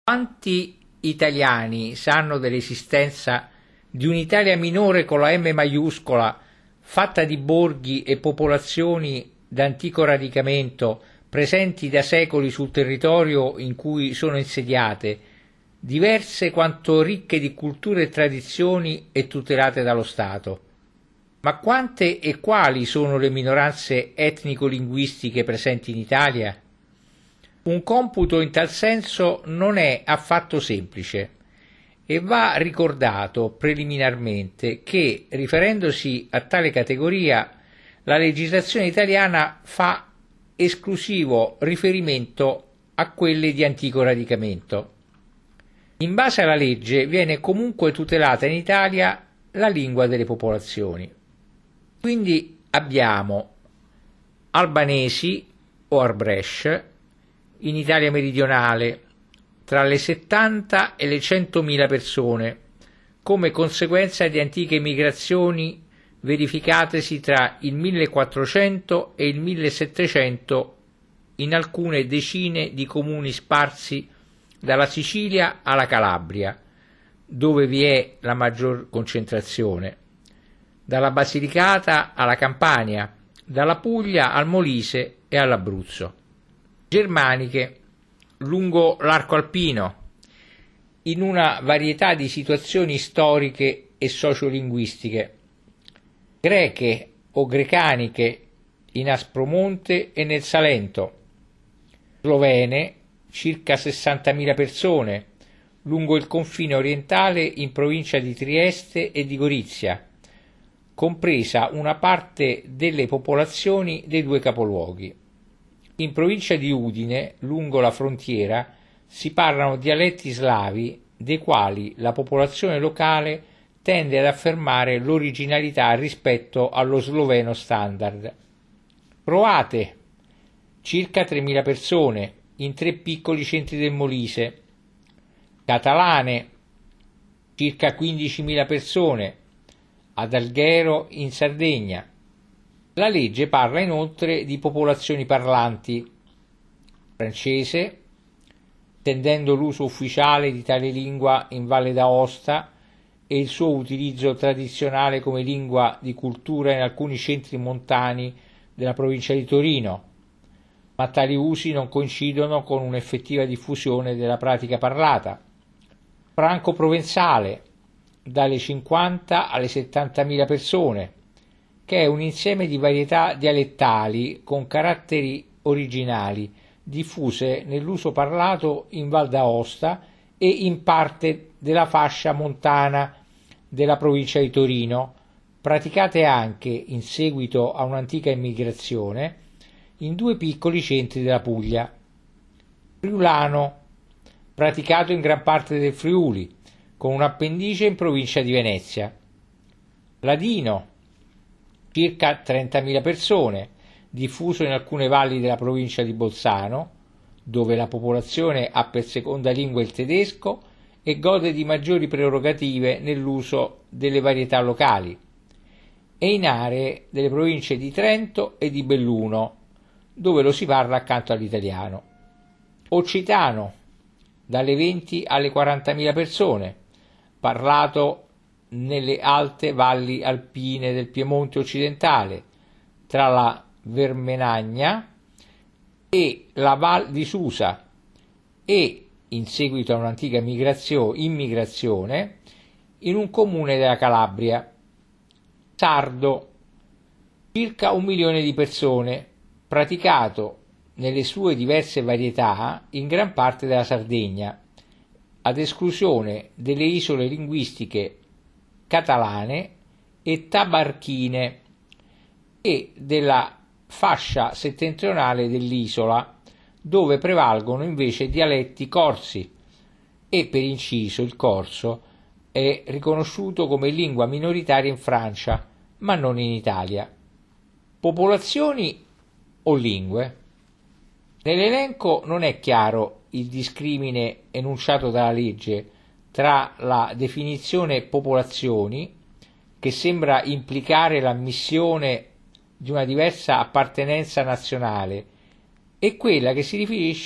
Quanti italiani sanno dell'esistenza di un'Italia minore con la M maiuscola, fatta di borghi e popolazioni d'antico radicamento presenti da secoli sul territorio in cui sono insediate, diverse quanto ricche di culture e tradizioni e tutelate dallo Stato? Ma quante e quali sono le minoranze etnico-linguistiche presenti in Italia? Un computo in tal senso non è affatto semplice e va ricordato preliminarmente che, riferendosi a tale categoria, la legislazione italiana fa esclusivo riferimento a quelle di antico radicamento. In base alla legge viene comunque tutelata in Italia la lingua delle popolazioni. Quindi abbiamo albanesi o Arbresh in Italia meridionale tra le 70 e le 100.000 persone, come conseguenza di antiche migrazioni verificatesi tra il 1400 e il 1700 in alcune decine di comuni sparsi dalla Sicilia alla Calabria, dove vi è la maggior concentrazione, dalla Basilicata alla Campania, dalla Puglia al Molise e all'Abruzzo. Germaniche lungo l'arco alpino, in una varietà di situazioni storiche e sociolinguistiche, greche o grecaniche in Aspromonte e nel Salento, slovene circa 60.000 persone lungo il confine orientale in provincia di Trieste e di Gorizia, compresa una parte delle popolazioni dei due capoluoghi. In provincia di Udine, lungo la frontiera, si parlano dialetti slavi dei quali la popolazione locale tende ad affermare l'originalità rispetto allo sloveno standard. Croate, circa 3.000 persone, in 3 piccoli centri del Molise. Catalane, circa 15.000 persone, ad Alghero in Sardegna. La legge parla inoltre di popolazioni parlanti francese, tendendo l'uso ufficiale di tale lingua in Valle d'Aosta e il suo utilizzo tradizionale come lingua di cultura in alcuni centri montani della provincia di Torino, ma tali usi non coincidono con un'effettiva diffusione della pratica parlata. Franco-provenzale, dalle 50 alle 70.000 persone, che è un insieme di varietà dialettali con caratteri originali diffuse nell'uso parlato in Val d'Aosta e in parte della fascia montana della provincia di Torino, praticate anche, in seguito a un'antica immigrazione, in 2 piccoli centri della Puglia. Friulano, praticato in gran parte del Friuli, con un appendice in provincia di Venezia. Ladino, circa 30.000 persone, diffuso in alcune valli della provincia di Bolzano, dove la popolazione ha per seconda lingua il tedesco e gode di maggiori prerogative nell'uso delle varietà locali, e in aree delle province di Trento e di Belluno, dove lo si parla accanto all'italiano. Occitano, dalle 20 alle 40.000 persone, parlato nelle alte valli alpine del Piemonte occidentale, tra la Vermenagna e la Val di Susa, e, in seguito a un'antica immigrazione, in un comune della Calabria. Sardo, circa 1 milione di persone, praticato nelle sue diverse varietà in gran parte della Sardegna, ad esclusione delle isole linguistiche catalane e tabarchine e della fascia settentrionale dell'isola, dove prevalgono invece dialetti corsi, e per inciso il corso è riconosciuto come lingua minoritaria in Francia, ma non in Italia. Popolazioni o lingue? Nell'elenco non è chiaro il discrimine enunciato dalla legge tra la definizione popolazioni, che sembra implicare l'ammissione di una diversa appartenenza nazionale, e quella che si riferisce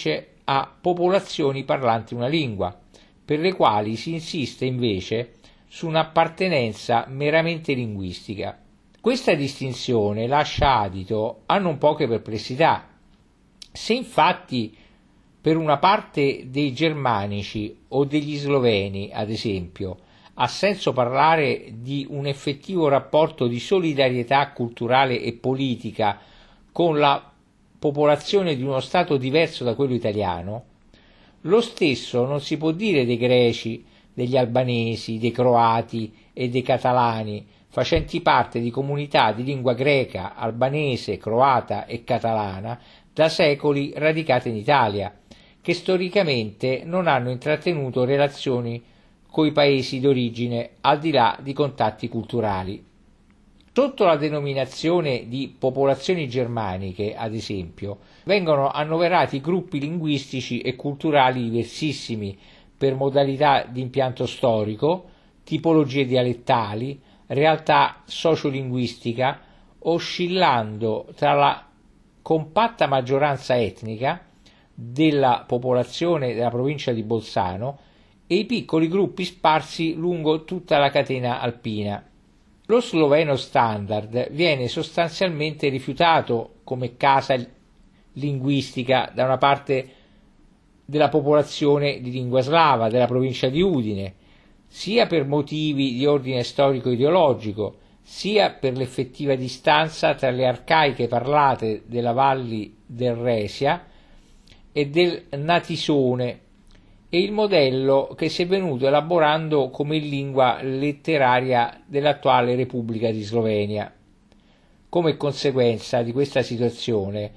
a popolazioni parlanti una lingua, per le quali si insiste invece su un'appartenenza meramente linguistica. Questa distinzione lascia adito a non poche perplessità. Se infatti per una parte dei germanici o degli sloveni, ad esempio, ha senso parlare di un effettivo rapporto di solidarietà culturale e politica con la popolazione di uno Stato diverso da quello italiano, lo stesso non si può dire dei greci, degli albanesi, dei croati e dei catalani, facenti parte di comunità di lingua greca, albanese, croata e catalana da secoli radicate in Italia, che storicamente non hanno intrattenuto relazioni coi paesi d'origine al di là di contatti culturali. Sotto la denominazione di popolazioni germaniche, ad esempio, vengono annoverati gruppi linguistici e culturali diversissimi per modalità di impianto storico, tipologie dialettali, realtà sociolinguistica, oscillando tra la compatta maggioranza etnica della popolazione della provincia di Bolzano e i piccoli gruppi sparsi lungo tutta la catena alpina. Lo sloveno standard viene sostanzialmente rifiutato come casa linguistica da una parte della popolazione di lingua slava della provincia di Udine, sia per motivi di ordine storico-ideologico, sia per l'effettiva distanza tra le arcaiche parlate della Valli del Resia e del Natisone e il modello che si è venuto elaborando come lingua letteraria dell'attuale Repubblica di Slovenia. Come conseguenza di questa situazione,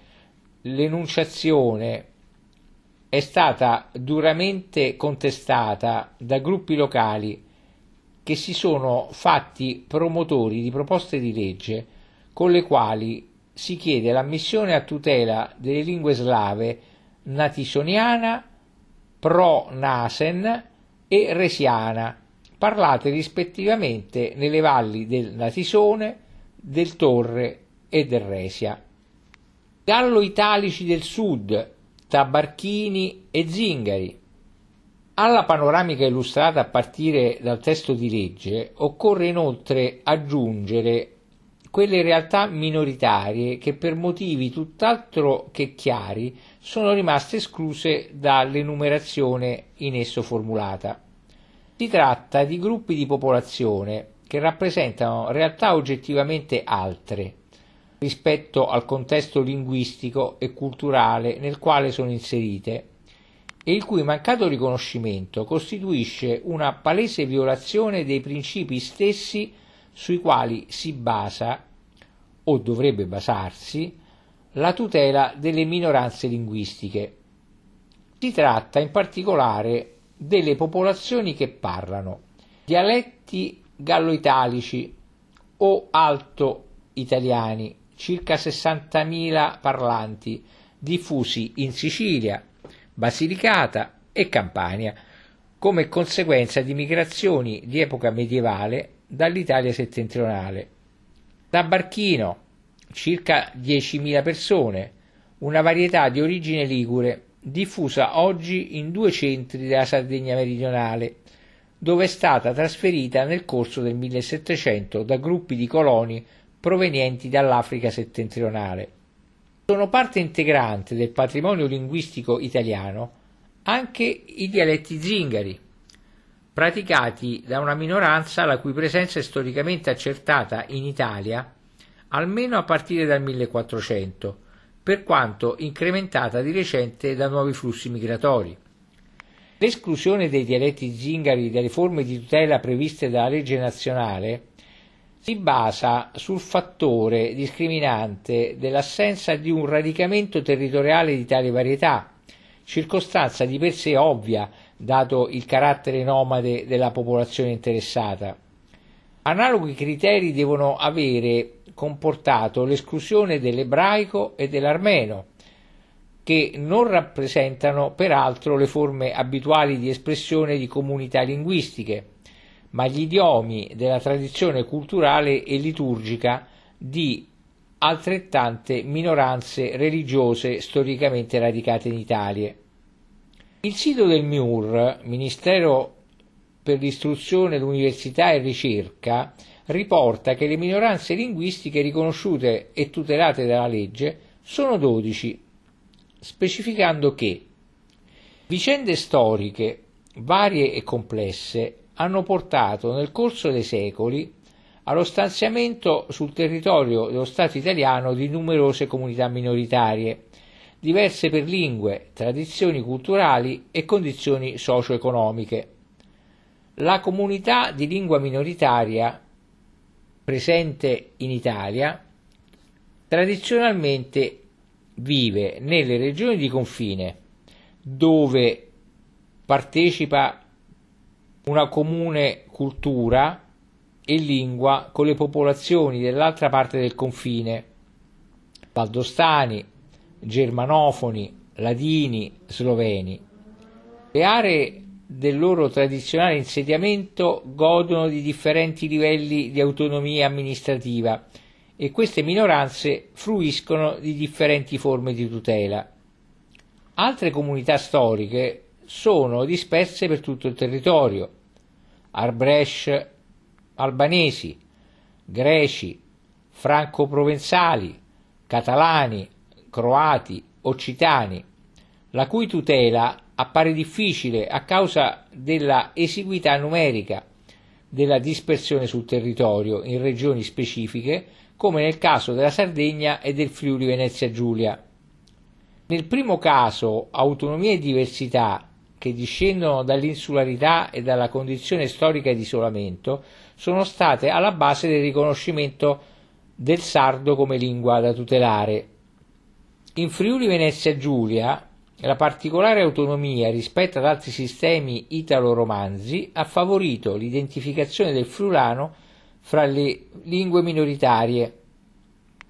l'enunciazione è stata duramente contestata da gruppi locali che si sono fatti promotori di proposte di legge con le quali si chiede l'ammissione a tutela delle lingue slave natisoniana, pro-nasen e resiana, parlate rispettivamente nelle valli del Natisone, del Torre e del Resia. Gallo-italici del sud, tabarchini e zingari. Alla panoramica illustrata a partire dal testo di legge occorre inoltre aggiungere quelle realtà minoritarie che per motivi tutt'altro che chiari sono rimaste escluse dall'enumerazione in esso formulata. Si tratta di gruppi di popolazione che rappresentano realtà oggettivamente altre rispetto al contesto linguistico e culturale nel quale sono inserite e il cui mancato riconoscimento costituisce una palese violazione dei principi stessi sui quali si basa, o dovrebbe basarsi, la tutela delle minoranze linguistiche. Si tratta in particolare delle popolazioni che parlano dialetti gallo-italici o alto-italiani, circa 60.000 parlanti, diffusi in Sicilia, Basilicata e Campania, come conseguenza di migrazioni di epoca medievale dall'Italia settentrionale. Tabarchino, circa 10.000 persone, una varietà di origine ligure, diffusa oggi in 2 centri della Sardegna meridionale, dove è stata trasferita nel corso del 1700 da gruppi di coloni provenienti dall'Africa settentrionale. Sono parte integrante del patrimonio linguistico italiano anche i dialetti zingari, praticati da una minoranza la cui presenza è storicamente accertata in Italia almeno a partire dal 1400, per quanto incrementata di recente da nuovi flussi migratori. L'esclusione dei dialetti zingari dalle forme di tutela previste dalla legge nazionale si basa sul fattore discriminante dell'assenza di un radicamento territoriale di tale varietà, circostanza di per sé ovvia dato il carattere nomade della popolazione interessata. Analoghi criteri devono avere comportato l'esclusione dell'ebraico e dell'armeno, che non rappresentano peraltro le forme abituali di espressione di comunità linguistiche, ma gli idiomi della tradizione culturale e liturgica di altrettante minoranze religiose storicamente radicate in Italia. Il sito del MIUR, Ministero per l'Istruzione, l'Università e Ricerca, riporta che le minoranze linguistiche riconosciute e tutelate dalla legge sono 12, specificando che vicende storiche varie e complesse hanno portato nel corso dei secoli allo stanziamento sul territorio dello Stato italiano di numerose comunità minoritarie, diverse per lingue, tradizioni culturali e condizioni socio-economiche. La comunità di lingua minoritaria presente in Italia tradizionalmente vive nelle regioni di confine, dove partecipa una comune cultura e lingua con le popolazioni dell'altra parte del confine, valdostani, germanofoni, ladini, sloveni. Le aree del loro tradizionale insediamento godono di differenti livelli di autonomia amministrativa e queste minoranze fruiscono di differenti forme di tutela. Altre comunità storiche sono disperse per tutto il territorio: Arbresci albanesi, greci, franco-provenzali, catalani, croati, occitani, la cui tutela appare difficile a causa della esiguità numerica della dispersione sul territorio in regioni specifiche, come nel caso della Sardegna e del Friuli Venezia Giulia. Nel primo caso, autonomia e diversità, che discendono dall'insularità e dalla condizione storica di isolamento, sono state alla base del riconoscimento del sardo come lingua da tutelare. In Friuli Venezia Giulia, la particolare autonomia rispetto ad altri sistemi italo-romanzi ha favorito l'identificazione del friulano fra le lingue minoritarie,